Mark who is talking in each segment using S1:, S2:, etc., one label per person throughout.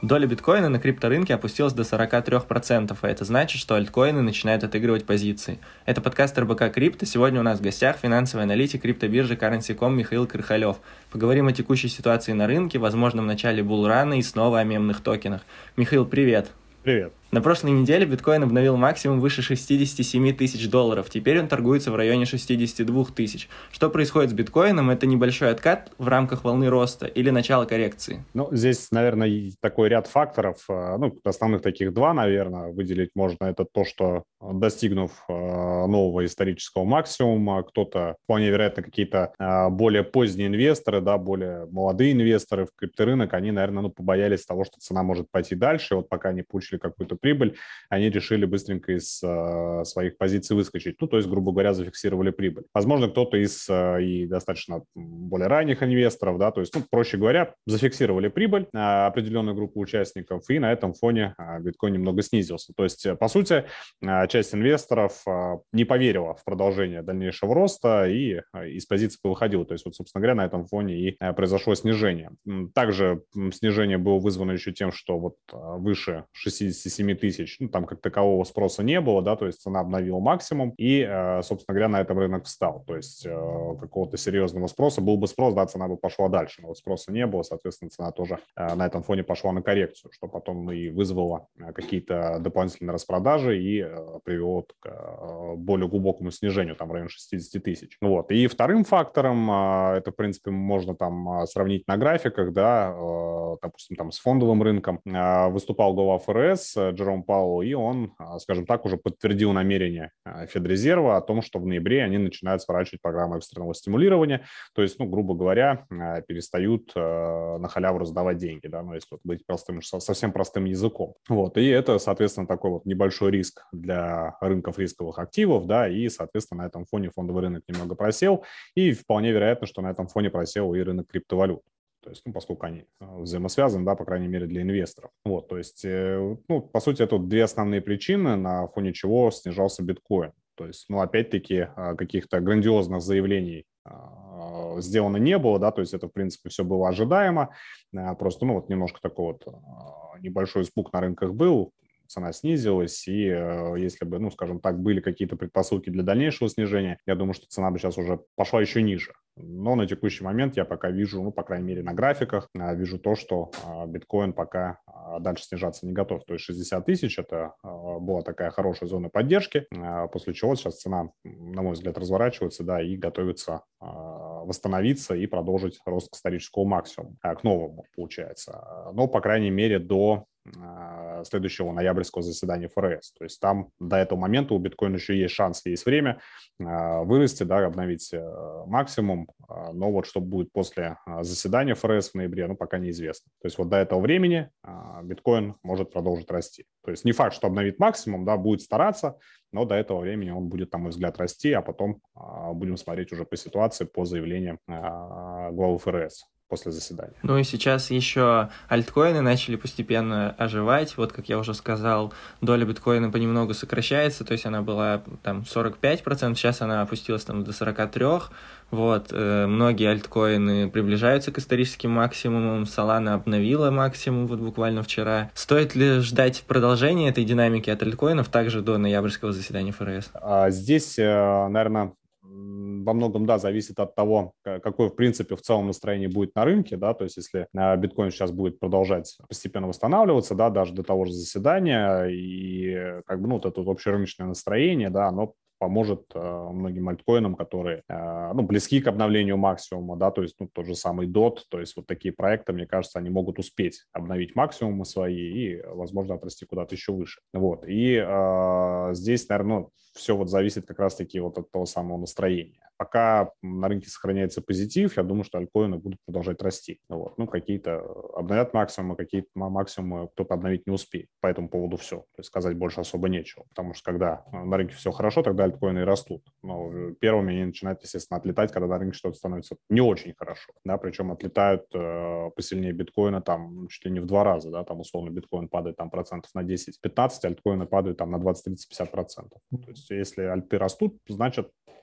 S1: Доля биткоина на крипторынке опустилась до 43%, а это значит, что альткоины начинают отыгрывать позиции. Это подкаст РБК Крипто. Сегодня у нас в гостях финансовый аналитик криптобиржи Currency.com Михаил Крыхалев. Поговорим о текущей ситуации на рынке, возможном начале булрана и снова о мемных токенах. Михаил, привет!
S2: Привет.
S1: На прошлой неделе биткоин обновил максимум выше 67 тысяч долларов. Теперь он торгуется в районе 62 тысяч. Что происходит с биткоином? Это небольшой откат в рамках волны роста или начало коррекции?
S2: Здесь, наверное, такой ряд факторов. Основных таких два, наверное, выделить можно. Это то, что, достигнув нового исторического максимума, кто-то, вполне вероятно, какие-то более поздние инвесторы, более молодые инвесторы в крипторынок, они, наверное, побоялись того, что цена может пойти дальше. Вот пока они получили какую-то прибыль, они решили быстренько из своих позиций выскочить. То есть, грубо говоря, зафиксировали прибыль. Возможно, кто-то из и достаточно более ранних инвесторов, то есть, проще говоря, зафиксировали прибыль определенную группу участников, и на этом фоне биткоин немного снизился. То есть, по сути, часть инвесторов не поверила в продолжение дальнейшего роста и из позиции повыходила. То есть, собственно говоря, на этом фоне и произошло снижение. Также снижение было вызвано еще тем, что выше 67 тысяч, там как такового спроса не было, то есть цена обновила максимум, и, собственно говоря, на этом рынок встал. То есть какого-то серьезного спроса, был бы спрос, цена бы пошла дальше, но спроса не было, соответственно, цена тоже на этом фоне пошла на коррекцию, что потом и вызвало какие-то дополнительные распродажи и привело к более глубокому снижению, в районе 60 тысяч. И вторым фактором, это, в принципе, можно сравнить на графиках, допустим, с фондовым рынком, выступал глава ФРС Джером Пауэлл, и он, скажем так, уже подтвердил намерение Федрезерва о том, что в ноябре они начинают сворачивать программу экстренного стимулирования, то есть, грубо говоря, перестают на халяву раздавать деньги, если быть совсем простым языком. И это, соответственно, такой небольшой риск для рынков рисковых активов, и, соответственно, на этом фоне фондовый рынок немного просел, и вполне вероятно, что на этом фоне просел и рынок криптовалют. То есть, поскольку они взаимосвязаны, по крайней мере, для инвесторов. То есть, по сути, это две основные причины, на фоне чего снижался биткоин. То есть, опять-таки, каких-то грандиозных заявлений сделано не было, то есть это, в принципе, все было ожидаемо. Просто, немножко такой небольшой испуг на рынках был, цена снизилась, и если бы, скажем так, были какие-то предпосылки для дальнейшего снижения, я думаю, что цена бы сейчас уже пошла еще ниже. Но на текущий момент я пока вижу, по крайней мере, на графиках, вижу то, что биткоин пока дальше снижаться не готов. То есть 60 тысяч – это была такая хорошая зона поддержки, после чего сейчас цена, на мой взгляд, разворачивается, и готовится восстановиться и продолжить рост к историческому максимуму, к новому, получается. Но, по крайней мере, до следующего ноябрьского заседания ФРС. То есть там до этого момента у биткоина еще есть шанс, есть время вырасти, обновить максимум, но что будет после заседания ФРС в ноябре, пока неизвестно. То есть до этого времени биткоин может продолжить расти. То есть не факт, что обновит максимум, будет стараться, но до этого времени он будет, на мой взгляд, расти, а потом будем смотреть уже по ситуации, по заявлениям главы ФРС после заседания.
S1: И сейчас еще альткоины начали постепенно оживать. Как я уже сказал, доля биткоина понемногу сокращается, то есть она была 45%, сейчас она опустилась до 43%. Многие альткоины приближаются к историческим максимумам, Solana обновила максимум буквально вчера. Стоит ли ждать продолжения этой динамики от альткоинов также до ноябрьского заседания ФРС?
S2: Здесь, наверное, во многом, зависит от того, какое, в принципе, в целом настроение будет на рынке, то есть если биткоин сейчас будет продолжать постепенно восстанавливаться, даже до того же заседания, и это общерыночное настроение, оно поможет многим альткоинам, которые близки к обновлению максимума, то есть тот же самый DOT, то есть такие проекты, мне кажется, они могут успеть обновить максимумы свои и, возможно, отрасти куда-то еще выше. И здесь, наверное, все зависит как раз-таки от того самого настроения. Пока на рынке сохраняется позитив, я думаю, что альткоины будут продолжать расти. Какие-то обновят максимумы, какие-то максимумы кто-то обновить не успеет. По этому поводу все. То есть сказать больше особо нечего. Потому что когда на рынке все хорошо, тогда альткоины и растут. Но первыми они начинают, естественно, отлетать, когда на рынке что-то становится не очень хорошо. Причем отлетают посильнее биткоина чуть ли не в 2 раза. Условно биткоин падает процентов на 10-15, альткоины падают на 20-30-50%. То есть если альты растут, значит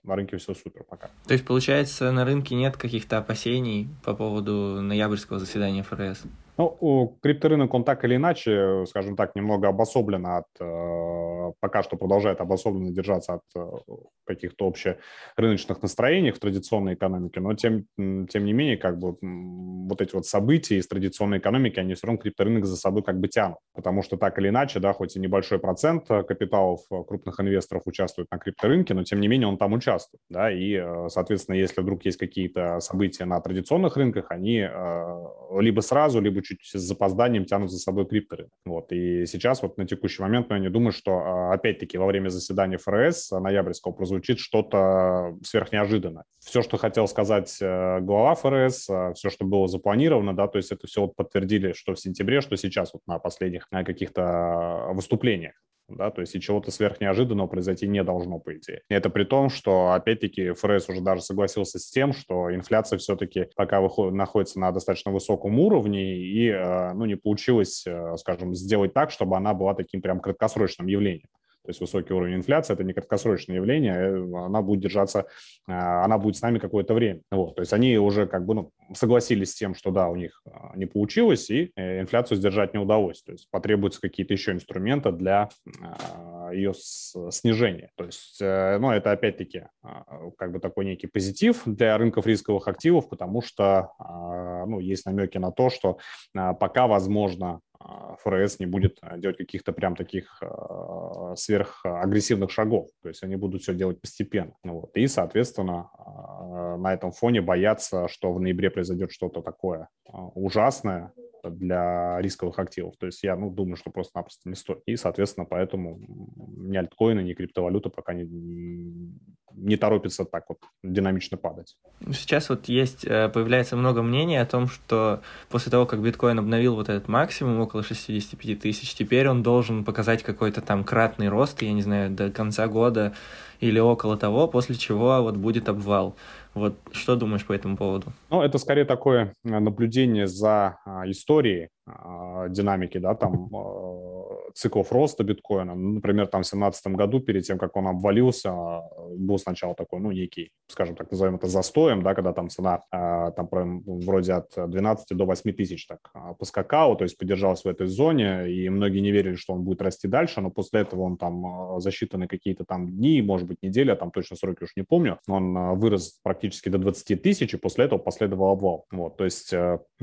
S2: на рынке все супер пока.
S1: То есть, получается, на рынке нет каких-то опасений по поводу ноябрьского заседания ФРС?
S2: Ну, крипторынок, он так или иначе, скажем так, немного обособлен от, пока что продолжает обособленно держаться от каких-то общерыночных настроений в традиционной экономике, но тем не менее, как бы вот эти вот события из традиционной экономики, они все равно крипторынок за собой как бы тянут, потому что так или иначе, да, хоть и небольшой процент капиталов крупных инвесторов участвует на крипторынке, но тем не менее он там участвует, да, и, соответственно, если вдруг есть какие-то события на традиционных рынках, они либо сразу, либо чуть с запозданием тянут за собой крипторынок. Вот. И сейчас вот на текущий момент, я не думаю, что опять-таки во время заседания ФРС ноябрьского прозвучит что-то сверхнеожиданное. Все, что хотел сказать глава ФРС, все, что было запланировано, да, то есть это все вот подтвердили, что в сентябре, что сейчас вот на последних каких-то выступлениях. Да, то есть и чего-то сверхнеожиданного произойти не должно, по идее. И это при том, что, опять-таки, ФРС уже даже согласился с тем, что инфляция все-таки пока находится на достаточно высоком уровне, и ну, не получилось, скажем, сделать так, чтобы она была таким прям краткосрочным явлением. То есть высокий уровень инфляции – это не краткосрочное явление, она будет держаться, она будет с нами какое-то время. Вот. То есть они уже как бы согласились с тем, что да, у них не получилось, и инфляцию сдержать не удалось. То есть потребуются какие-то еще инструменты для ее снижения. То есть, ну, это опять-таки как бы такой некий позитив для рынков рисковых активов, потому что ну, есть намеки на то, что пока, возможно, ФРС не будет делать каких-то прям таких сверхагрессивных шагов. То есть они будут все делать постепенно. Вот. И, соответственно, на этом фоне бояться, что в ноябре произойдет что-то такое ужасное для рисковых активов. То есть я думаю, что просто-напросто не стоит. И, соответственно, поэтому ни альткоины, ни криптовалюта пока не торопится так вот динамично падать.
S1: Сейчас вот появляется много мнений о том, что после того, как биткоин обновил вот этот максимум около 65 тысяч, теперь он должен показать какой-то там кратный рост, я не знаю, до конца года или около того, после чего вот будет обвал. Вот что думаешь по этому поводу?
S2: Ну, это скорее такое наблюдение за историей динамики, да, там циклов роста биткоина. Например, там в 2017 году, перед тем, как он обвалился, был сначала такой, некий, скажем так, назовем это застоем, да, когда там цена там вроде от 12 до 8 тысяч так поскакала, то есть подержалась в этой зоне, и многие не верили, что он будет расти дальше, но после этого он там за считанные какие-то там дни, может быть, недели, а там точно сроки уж не помню, он вырос практически до 20 тысяч, и после этого последовал обвал. Вот, то есть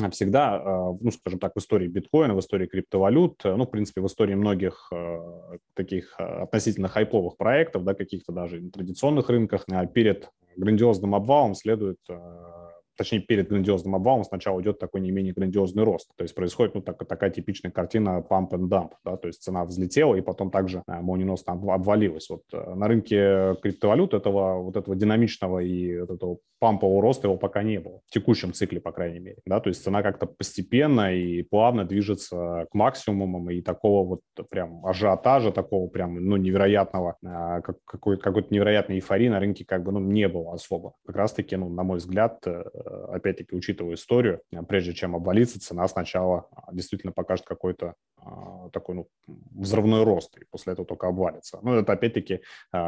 S2: всегда, скажем так, в истории биткоина, в истории криптовалют, в принципе, в истории многих таких относительно хайповых проектов, да, каких-то даже на традиционных рынках, перед грандиозным обвалом следует... Точнее, перед грандиозным обвалом сначала идет такой не менее грандиозный рост. То есть происходит такая типичная картина pump and dump. Да? То есть цена взлетела и потом также молниеносно обвалилась. Вот на рынке криптовалют этого динамичного и этого пампового роста его пока не было. В текущем цикле, по крайней мере. Да? То есть цена как-то постепенно и плавно движется к максимумам, и такого вот прям ажиотажа, такого прям невероятного, какой-то невероятной эйфории на рынке как бы не было особо. Как раз-таки, на мой взгляд, опять-таки, учитывая историю, прежде чем обвалиться, цена сначала действительно покажет какой-то такой взрывной рост, и после этого только обвалится. Это, опять-таки,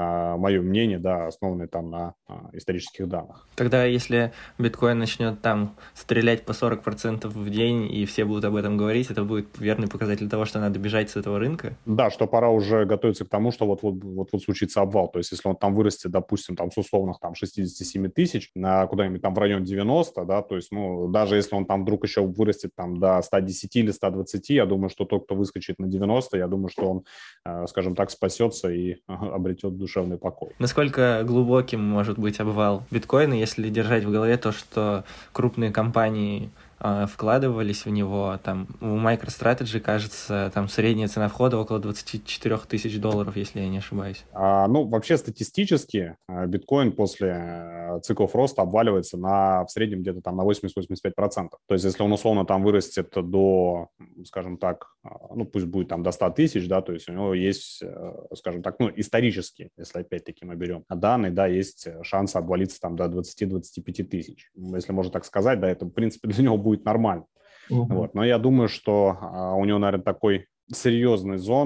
S2: мое мнение, да, основанное там на исторических данных.
S1: Тогда, если биткоин начнет там стрелять по 40% в день, и все будут об этом говорить, это будет верный показатель того, что надо бежать с этого рынка?
S2: Да, что пора уже готовиться к тому, что вот случится обвал. То есть, если он там вырастет, допустим, там с условных там 67 тысяч на куда-нибудь там в район 90, да, то есть, даже если он там вдруг еще вырастет там до 110 или 120, я думаю, что тот, кто выскочит на 90, я думаю, что он, скажем так, спасется и обретет душевный покой.
S1: Насколько глубоким может быть обвал биткоина, если держать в голове то, что крупные компании вкладывались в него, там у MicroStrategy, кажется, там средняя цена входа около 24 тысяч долларов, если я не ошибаюсь.
S2: Вообще статистически биткоин после циклов роста обваливается в среднем где-то там на 80-85%. То есть если он условно там вырастет до, скажем так, пусть будет там до 100 тысяч, да, то есть у него есть, скажем так, исторически, если опять-таки мы берем данные, да, есть шанс обвалиться там до 20-25 тысяч. Если можно так сказать, да, это в принципе для него будет нормально. Вот. Но я думаю, что у него, наверное, такой серьезной зоной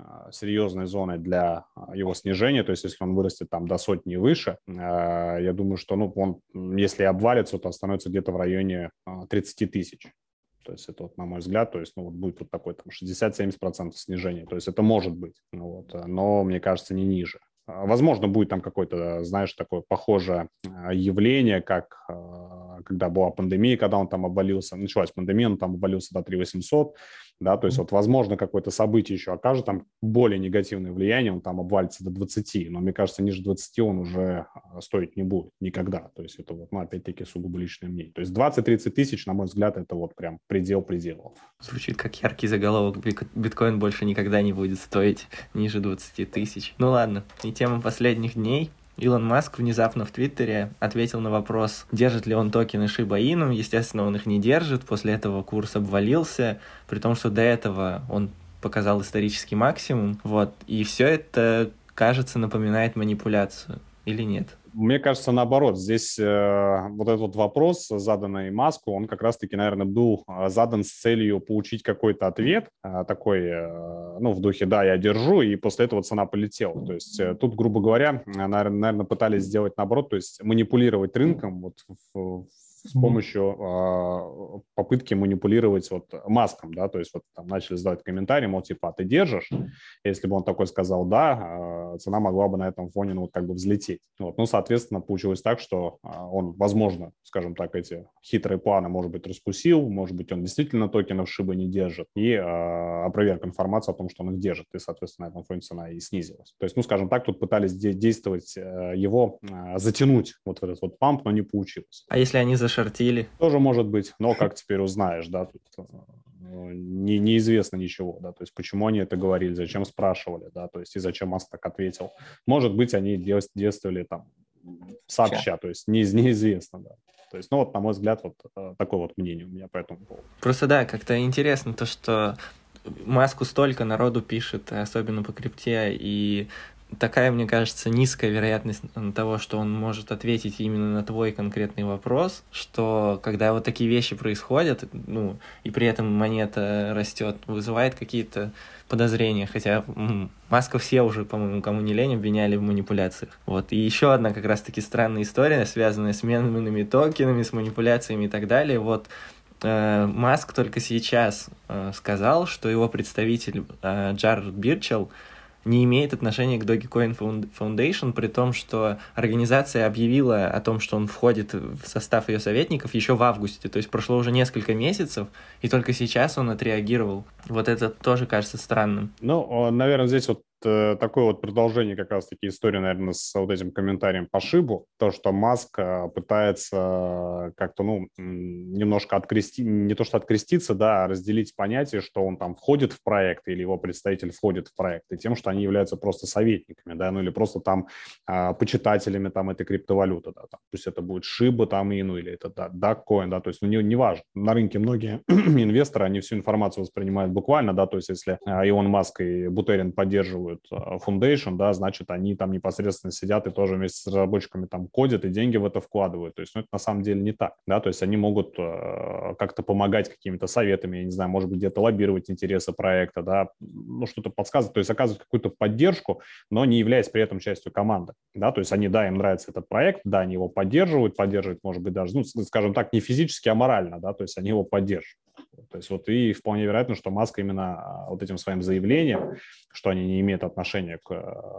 S2: серьезной зоной для его снижения, то есть если он вырастет там до сотни и выше, я думаю, что он, если обвалится, то остановится где-то в районе 30 тысяч. То есть это, на мой взгляд, то есть, будет такой там 60-70% снижения. То есть это может быть, но мне кажется, не ниже. Возможно, будет там какое-то, знаешь, такое похожее явление, как когда была пандемия, когда он там обвалился, началась пандемия, он там обвалился до 3800, да, то есть возможно, какое-то событие еще окажет там более негативное влияние, он там обвалится до 20, но мне кажется, ниже 20 он уже стоить не будет никогда, то есть это опять-таки сугубо личное мнение. То есть 20-30 тысяч, на мой взгляд, это прям предел пределов.
S1: Звучит как яркий заголовок, биткоин больше никогда не будет стоить ниже 20 тысяч. Ну ладно, и тема последних дней. Илон Маск внезапно в Твиттере ответил на вопрос, держит ли он токены Shiba Inu. Естественно, он их не держит. После этого курс обвалился, при том, что до этого он показал исторический максимум. И все это, кажется, напоминает манипуляцию. Или нет?
S2: Мне кажется, наоборот, здесь этот вопрос, заданный Маску, он как раз-таки, наверное, был задан с целью получить какой-то ответ, такой, в духе «да, я держу», и после этого цена полетела. То есть тут, грубо говоря, наверное, пытались сделать наоборот, то есть манипулировать рынком с помощью попытки манипулировать Маском, да, то есть там начали задавать комментарии, мол, типа, ты держишь? Если бы он такой сказал «да», цена могла бы на этом фоне, взлететь. Соответственно, получилось так, что он, возможно, скажем так, эти хитрые планы, может быть, раскусил, может быть, он действительно токенов Shiba не держит, и опроверг информацию о том, что он их держит, и, соответственно, на этом фоне цена и снизилась. То есть, скажем так, тут пытались действовать, его затянуть этот памп, но не получилось.
S1: А если они зашортили?
S2: Тоже может быть, но как теперь узнаешь, да, тут неизвестно ничего, да, то есть почему они это говорили, зачем спрашивали, да, то есть и зачем Маск так ответил. Может быть, они действовали там сообща, то есть неизвестно, да. То есть, на мой взгляд, такое мнение у меня по этому поводу.
S1: Просто, да, как-то интересно то, что Маску столько народу пишет, особенно по крипте, и такая, мне кажется, низкая вероятность того, что он может ответить именно на твой конкретный вопрос, что когда такие вещи происходят, и при этом монета растет, вызывает какие-то подозрения, хотя Маска все уже, по-моему, кому не лень, обвиняли в манипуляциях. И еще одна как раз-таки странная история, связанная с менными токенами, с манипуляциями и так далее. Маск только сейчас сказал, что его представитель Джаред Бирчелл не имеет отношения к Dogecoin Foundation, при том, что организация объявила о том, что он входит в состав ее советников еще в августе, то есть прошло уже несколько месяцев, и только сейчас он отреагировал. Это тоже кажется странным.
S2: Наверное, здесь такое продолжение как раз-таки истории, наверное, с этим комментарием по Шибу, то, что Маск пытается как-то, немножко не то что откреститься, да, а разделить понятие, что он там входит в проект или его представитель входит в проект, и тем, что они являются просто советниками, да, или просто там почитателями там этой криптовалюты, да, там, пусть это будет Шиба там Ину или это Dogecoin, да, то есть, не важно. На рынке многие инвесторы, они всю информацию воспринимают буквально, да, то есть, если Илон Маск и Бутерин поддерживают Foundation, да, значит, они там непосредственно сидят и тоже вместе с разработчиками там кодят и деньги в это вкладывают. То есть, это на самом деле не так, да, то есть они могут как-то помогать какими-то советами, я не знаю, может быть, где-то лоббировать интересы проекта, да, что-то подсказывать, то есть оказывать какую-то поддержку, но не являясь при этом частью команды, да, то есть они, да, им нравится этот проект, да, они его поддерживают, может быть, даже, скажем так, не физически, а морально, да, то есть они его поддерживают. То есть и вполне вероятно, что Маск именно этим своим заявлением, что они не имеют отношения к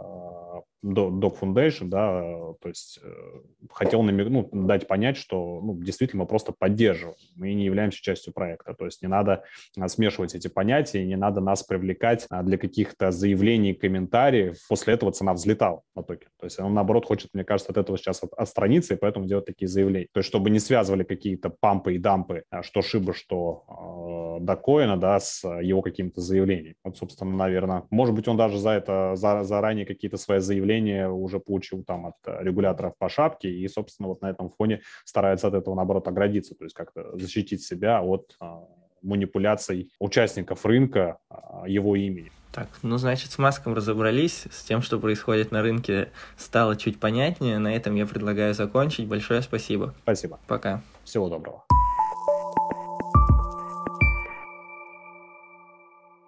S2: Dog Foundation, да, то есть хотел дать понять, что действительно мы просто поддерживаем, мы не являемся частью проекта, то есть не надо смешивать эти понятия, не надо нас привлекать для каких-то заявлений, комментариев, после этого цена взлетала на токен, то есть он наоборот хочет, мне кажется, от этого сейчас отстраниться и поэтому делать такие заявления, то есть чтобы не связывали какие-то пампы и дампы, что Шиба, что Dogecoin, да, с его каким-то заявлением. Собственно, наверное, может быть, он даже за это заранее какие-то свои заявления уже получил там от регуляторов по шапке и, собственно, на этом фоне старается от этого, наоборот, оградиться, то есть как-то защитить себя от манипуляций участников рынка его имени.
S1: Так, значит, с Маском разобрались, с тем, что происходит на рынке, стало чуть понятнее. На этом я предлагаю закончить. Большое спасибо.
S2: Спасибо.
S1: Пока.
S2: Всего доброго.